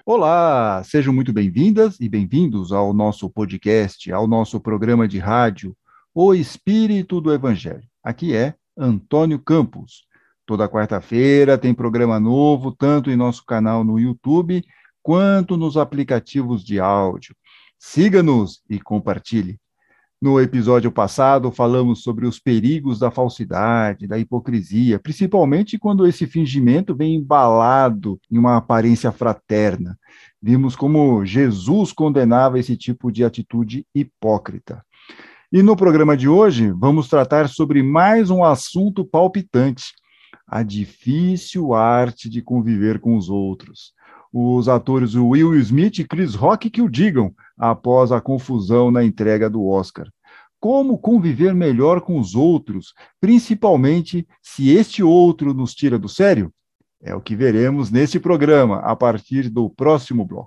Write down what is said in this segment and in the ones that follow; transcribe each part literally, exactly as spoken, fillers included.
Olá, sejam muito bem-vindas e bem-vindos ao nosso podcast, ao nosso programa de rádio, O Espírito do Evangelho. Aqui é Antônio Campos. Toda quarta-feira tem programa novo, tanto em nosso canal no YouTube, quanto nos aplicativos de áudio. Siga-nos e compartilhe. No episódio passado, falamos sobre os perigos da falsidade, da hipocrisia, principalmente quando esse fingimento vem embalado em uma aparência fraterna. Vimos como Jesus condenava esse tipo de atitude hipócrita. E no programa de hoje, vamos tratar sobre mais um assunto palpitante: a difícil arte de conviver com os outros. Os atores Will Smith e Chris Rock que o digam, após a confusão na entrega do Oscar. Como conviver melhor com os outros, principalmente se este outro nos tira do sério? É o que veremos neste programa, a partir do próximo bloco.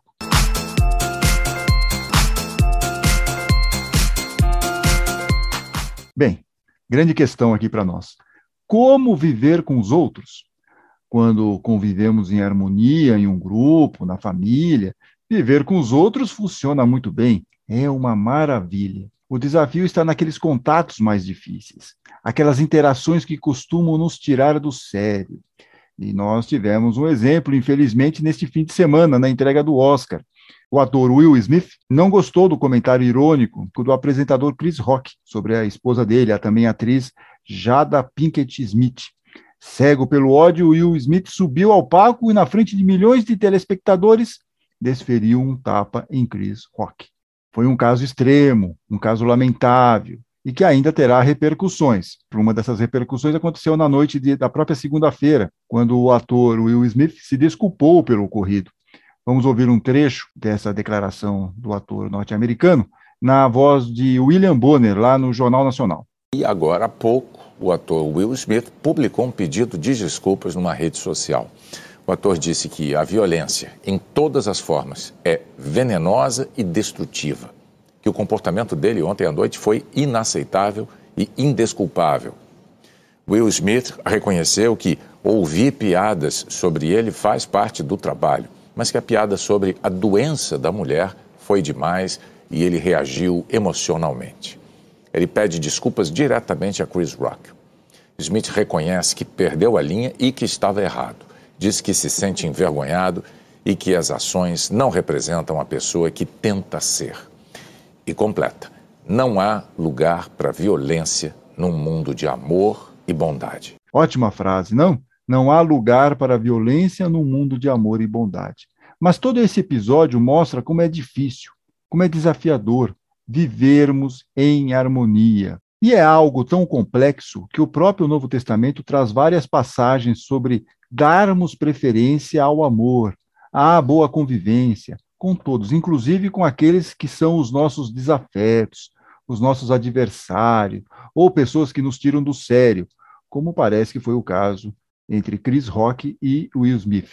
Bem, grande questão aqui para nós. Como viver com os outros? Quando convivemos em harmonia, em um grupo, na família, viver com os outros funciona muito bem, é uma maravilha. O desafio está naqueles contatos mais difíceis, aquelas interações que costumam nos tirar do sério. E nós tivemos um exemplo, infelizmente, neste fim de semana, na entrega do Oscar. O ator Will Smith não gostou do comentário irônico do apresentador Chris Rock sobre a esposa dele, a também atriz Jada Pinkett Smith. Cego pelo ódio, Will Smith subiu ao palco e, na frente de milhões de telespectadores, desferiu um tapa em Chris Rock. Foi um caso extremo, um caso lamentável, e que ainda terá repercussões. Uma dessas repercussões aconteceu na noite de, da própria segunda-feira, quando o ator Will Smith se desculpou pelo ocorrido. Vamos ouvir um trecho dessa declaração do ator norte-americano na voz de William Bonner, lá no Jornal Nacional. E agora há pouco, o ator Will Smith publicou um pedido de desculpas numa rede social. O ator disse que a violência, em todas as formas, é venenosa e destrutiva, que o comportamento dele ontem à noite foi inaceitável e indesculpável. Will Smith reconheceu que ouvir piadas sobre ele faz parte do trabalho, mas que a piada sobre a doença da mulher foi demais e ele reagiu emocionalmente. Ele pede desculpas diretamente a Chris Rock. Smith reconhece que perdeu a linha e que estava errado. Diz que se sente envergonhado e que as ações não representam a pessoa que tenta ser. E completa: não há lugar para violência num mundo de amor e bondade. Ótima frase, não? Não há lugar para violência num mundo de amor e bondade. Mas todo esse episódio mostra como é difícil, como é desafiador vivermos em harmonia. E é algo tão complexo que o próprio Novo Testamento traz várias passagens sobre darmos preferência ao amor, à boa convivência com todos, inclusive com aqueles que são os nossos desafetos, os nossos adversários, ou pessoas que nos tiram do sério, como parece que foi o caso entre Chris Rock e Will Smith.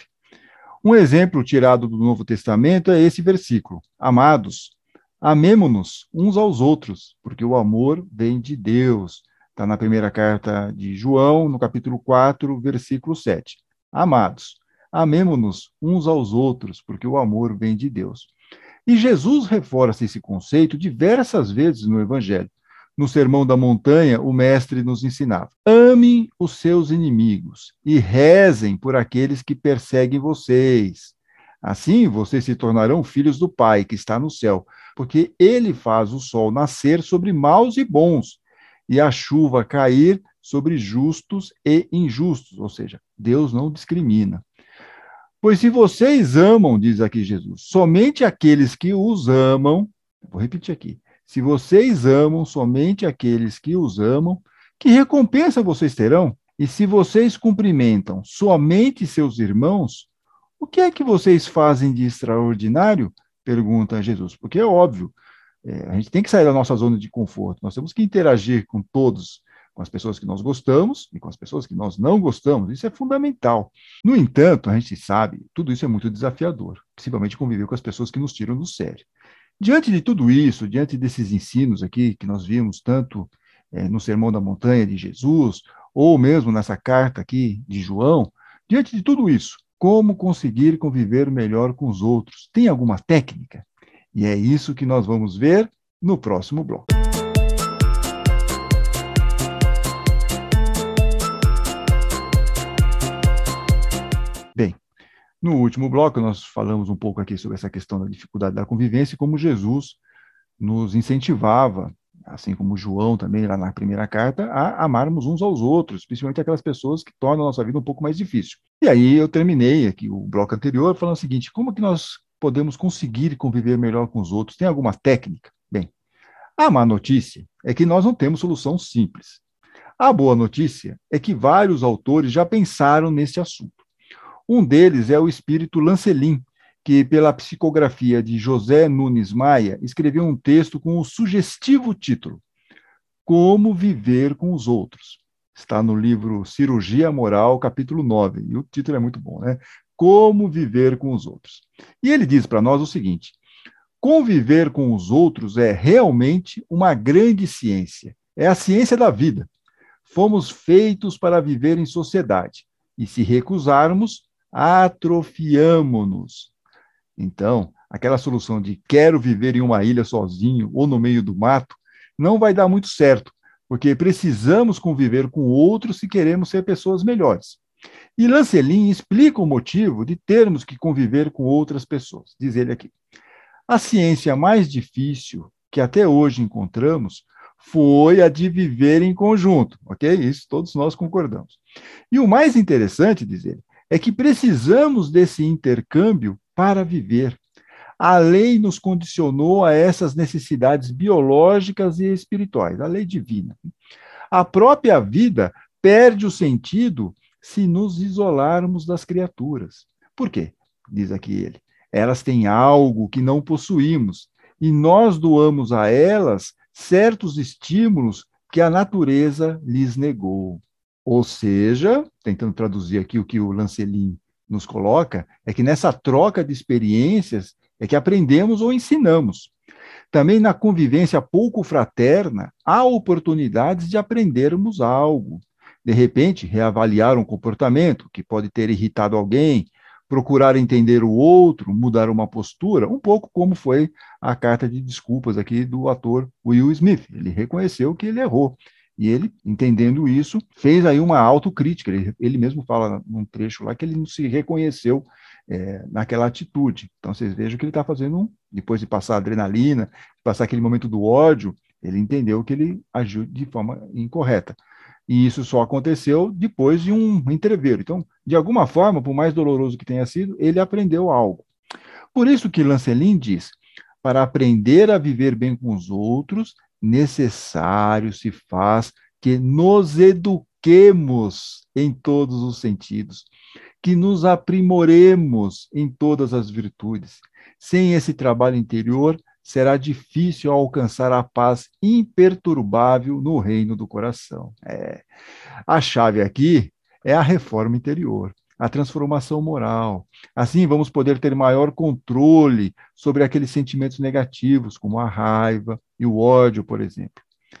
Um exemplo tirado do Novo Testamento é esse versículo: Amados, amemo-nos uns aos outros, porque o amor vem de Deus. Está na primeira carta de João, no capítulo quatro, versículo sete. Amados, amemo-nos uns aos outros, porque o amor vem de Deus. E Jesus reforça esse conceito diversas vezes no Evangelho. No Sermão da Montanha, o mestre nos ensinava: amem os seus inimigos e rezem por aqueles que perseguem vocês. Assim, vocês se tornarão filhos do Pai, que está no céu, porque ele faz o sol nascer sobre maus e bons, e a chuva cair sobre justos e injustos, ou seja, Deus não discrimina. Pois se vocês amam, diz aqui Jesus, somente aqueles que os amam, vou repetir aqui, se vocês amam somente aqueles que os amam, que recompensa vocês terão? E se vocês cumprimentam somente seus irmãos, o que é que vocês fazem de extraordinário? Pergunta Jesus. Porque é óbvio, é, a gente tem que sair da nossa zona de conforto, nós temos que interagir com todos, com as pessoas que nós gostamos e com as pessoas que nós não gostamos, isso é fundamental. No entanto, a gente sabe, tudo isso é muito desafiador, principalmente conviver com as pessoas que nos tiram do sério. Diante de tudo isso, diante desses ensinos aqui que nós vimos tanto é, no Sermão da Montanha de Jesus, ou mesmo nessa carta aqui de João, diante de tudo isso, Como conseguir conviver melhor com os outros? Tem alguma técnica? E é isso que nós vamos ver no próximo bloco. Bem, no último bloco nós falamos um pouco aqui sobre essa questão da dificuldade da convivência e como Jesus nos incentivava, assim como João também, lá na primeira carta, a amarmos uns aos outros, principalmente aquelas pessoas que tornam a nossa vida um pouco mais difícil. E aí eu terminei aqui o bloco anterior falando o seguinte: como que nós podemos conseguir conviver melhor com os outros? Tem alguma técnica? Bem, a má notícia é que nós não temos solução simples. A boa notícia é que vários autores já pensaram nesse assunto. Um deles é o espírito Lancelin, que, pela psicografia de José Nunes Maia, escreveu um texto com o sugestivo título Como Viver com os Outros. Está no livro Cirurgia Moral, capítulo nove, e o título é muito bom, né? Como Viver com os Outros. E ele diz para nós o seguinte: conviver com os outros é realmente uma grande ciência. É a ciência da vida. Fomos feitos para viver em sociedade, e se recusarmos, atrofiamo-nos. Então, aquela solução de quero viver em uma ilha sozinho ou no meio do mato não vai dar muito certo, porque precisamos conviver com outros se queremos ser pessoas melhores. E Lancelin explica o motivo de termos que conviver com outras pessoas. Diz ele aqui: a ciência mais difícil que até hoje encontramos foi a de viver em conjunto, ok? Isso todos nós concordamos. E o mais interessante, diz ele, é que precisamos desse intercâmbio para viver. A lei nos condicionou a essas necessidades biológicas e espirituais, a lei divina. A própria vida perde o sentido se nos isolarmos das criaturas. Por quê? Diz aqui ele. Elas têm algo que não possuímos e nós doamos a elas certos estímulos que a natureza lhes negou. Ou seja, tentando traduzir aqui o que o Lancelin nos coloca, é que nessa troca de experiências é que aprendemos ou ensinamos. Também na convivência pouco fraterna, há oportunidades de aprendermos algo. De repente, reavaliar um comportamento que pode ter irritado alguém, procurar entender o outro, mudar uma postura, um pouco como foi a carta de desculpas aqui do ator Will Smith. Ele reconheceu que ele errou. E ele, entendendo isso, fez aí uma autocrítica. Ele, ele mesmo fala num trecho lá que ele não se reconheceu é, naquela atitude. Então, vocês vejam que ele está fazendo, um, depois de passar a adrenalina, passar aquele momento do ódio, ele entendeu que ele agiu de forma incorreta. E isso só aconteceu depois de um entreveiro. Então, de alguma forma, por mais doloroso que tenha sido, ele aprendeu algo. Por isso que Lancelin diz, para aprender a viver bem com os outros, necessário se faz que nos eduquemos em todos os sentidos, que nos aprimoremos em todas as virtudes. Sem esse trabalho interior, será difícil alcançar a paz imperturbável no reino do coração. É. A chave aqui é a reforma interior, a transformação moral. Assim, vamos poder ter maior controle sobre aqueles sentimentos negativos, como a raiva e o ódio, por exemplo.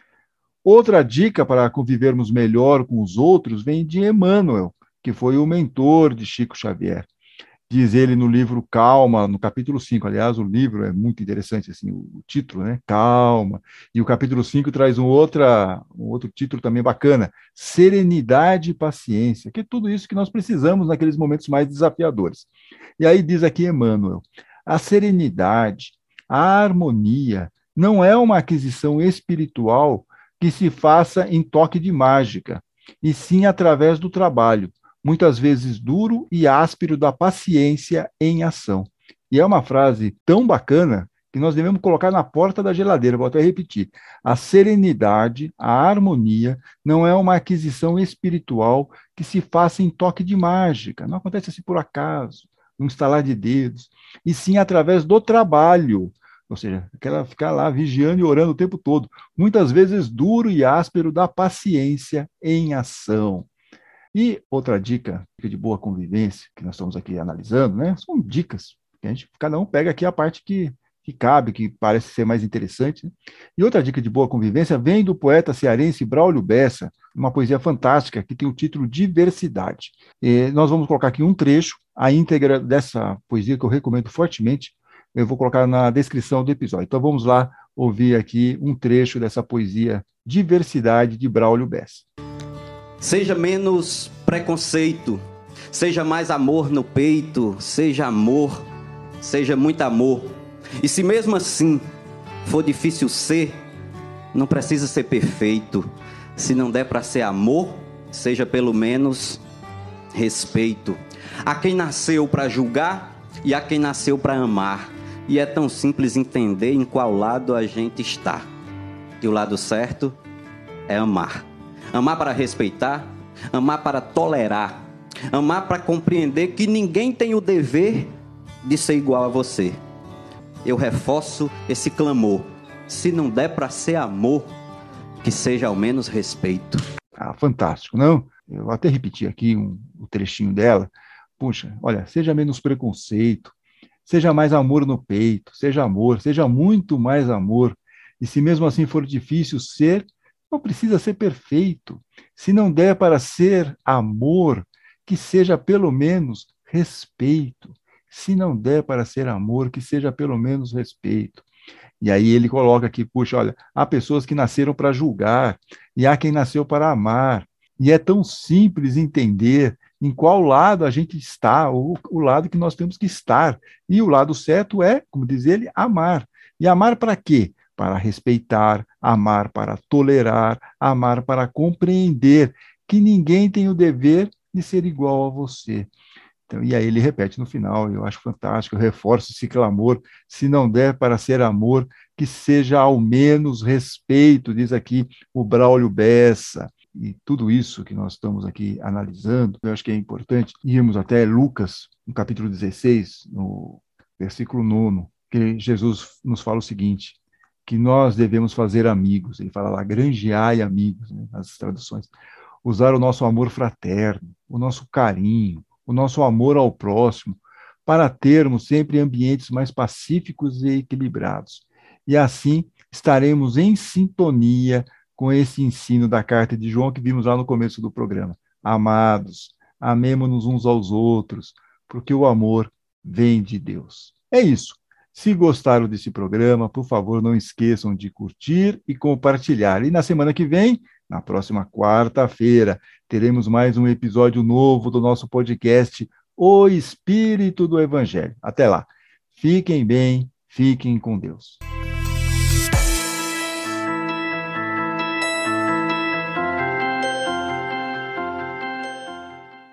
Outra dica para convivermos melhor com os outros vem de Emmanuel, que foi o mentor de Chico Xavier. Diz ele no livro Calma, no capítulo cinco, aliás, o livro é muito interessante, assim, o título, né? Calma. E o capítulo cinco traz um, outra, um outro título também bacana, Serenidade e Paciência, que é tudo isso que nós precisamos naqueles momentos mais desafiadores. E aí diz aqui Emmanuel, a serenidade, a harmonia, não é uma aquisição espiritual que se faça em toque de mágica, e sim através do trabalho, muitas vezes duro e áspero da paciência em ação. E é uma frase tão bacana que nós devemos colocar na porta da geladeira, vou até repetir. A serenidade, a harmonia, não é uma aquisição espiritual que se faça em toque de mágica, não acontece assim por acaso, um estalar de dedos, e sim através do trabalho, ou seja, aquela ficar lá vigiando e orando o tempo todo, muitas vezes duro e áspero da paciência em ação. E outra dica de boa convivência, que nós estamos aqui analisando, né? São dicas, que a gente, cada um pega aqui a parte que, que cabe, que parece ser mais interessante. Né? E outra dica de boa convivência vem do poeta cearense Braulio Bessa, uma poesia fantástica que tem o título Diversidade. E nós vamos colocar aqui um trecho, a íntegra dessa poesia que eu recomendo fortemente, eu vou colocar na descrição do episódio. Então vamos lá ouvir aqui um trecho dessa poesia Diversidade de Braulio Bessa. Seja menos preconceito, seja mais amor no peito, seja amor, seja muito amor. E se mesmo assim for difícil ser, não precisa ser perfeito. Se não der para ser amor, seja pelo menos respeito. Há quem nasceu para julgar e há quem nasceu para amar. E é tão simples entender em qual lado a gente está. E o lado certo é amar. Amar para respeitar, amar para tolerar, amar para compreender que ninguém tem o dever de ser igual a você. Eu reforço esse clamor. Se não der para ser amor, que seja ao menos respeito. Ah, fantástico, não? Eu até repeti aqui um, um trechinho dela. Puxa, olha, seja menos preconceito, seja mais amor no peito, seja amor, seja muito mais amor. E se mesmo assim for difícil ser, não precisa ser perfeito. Se não der para ser amor, que seja pelo menos respeito. Se não der para ser amor, que seja pelo menos respeito. E aí ele coloca aqui, puxa, olha, há pessoas que nasceram para julgar, e há quem nasceu para amar. E é tão simples entender em qual lado a gente está, o, o lado que nós temos que estar. E o lado certo é, como diz ele, amar. E amar para quê? Para respeitar, amar para tolerar, amar para compreender que ninguém tem o dever de ser igual a você. Então, e aí ele repete no final, eu acho fantástico, eu reforço esse clamor, se não der para ser amor, que seja ao menos respeito, diz aqui o Braulio Bessa. E tudo isso que nós estamos aqui analisando, eu acho que é importante irmos até Lucas, no capítulo dezesseis, no versículo nove, que Jesus nos fala o seguinte, que nós devemos fazer amigos, ele fala lá, granjeai amigos, né, nas traduções, usar o nosso amor fraterno, o nosso carinho, o nosso amor ao próximo, para termos sempre ambientes mais pacíficos e equilibrados. E assim estaremos em sintonia com esse ensino da carta de João que vimos lá no começo do programa. Amados, amemo-nos uns aos outros, porque o amor vem de Deus. É isso. Se gostaram desse programa, por favor, não esqueçam de curtir e compartilhar. E na semana que vem, na próxima quarta-feira, teremos mais um episódio novo do nosso podcast O Espírito do Evangelho. Até lá. Fiquem bem, fiquem com Deus.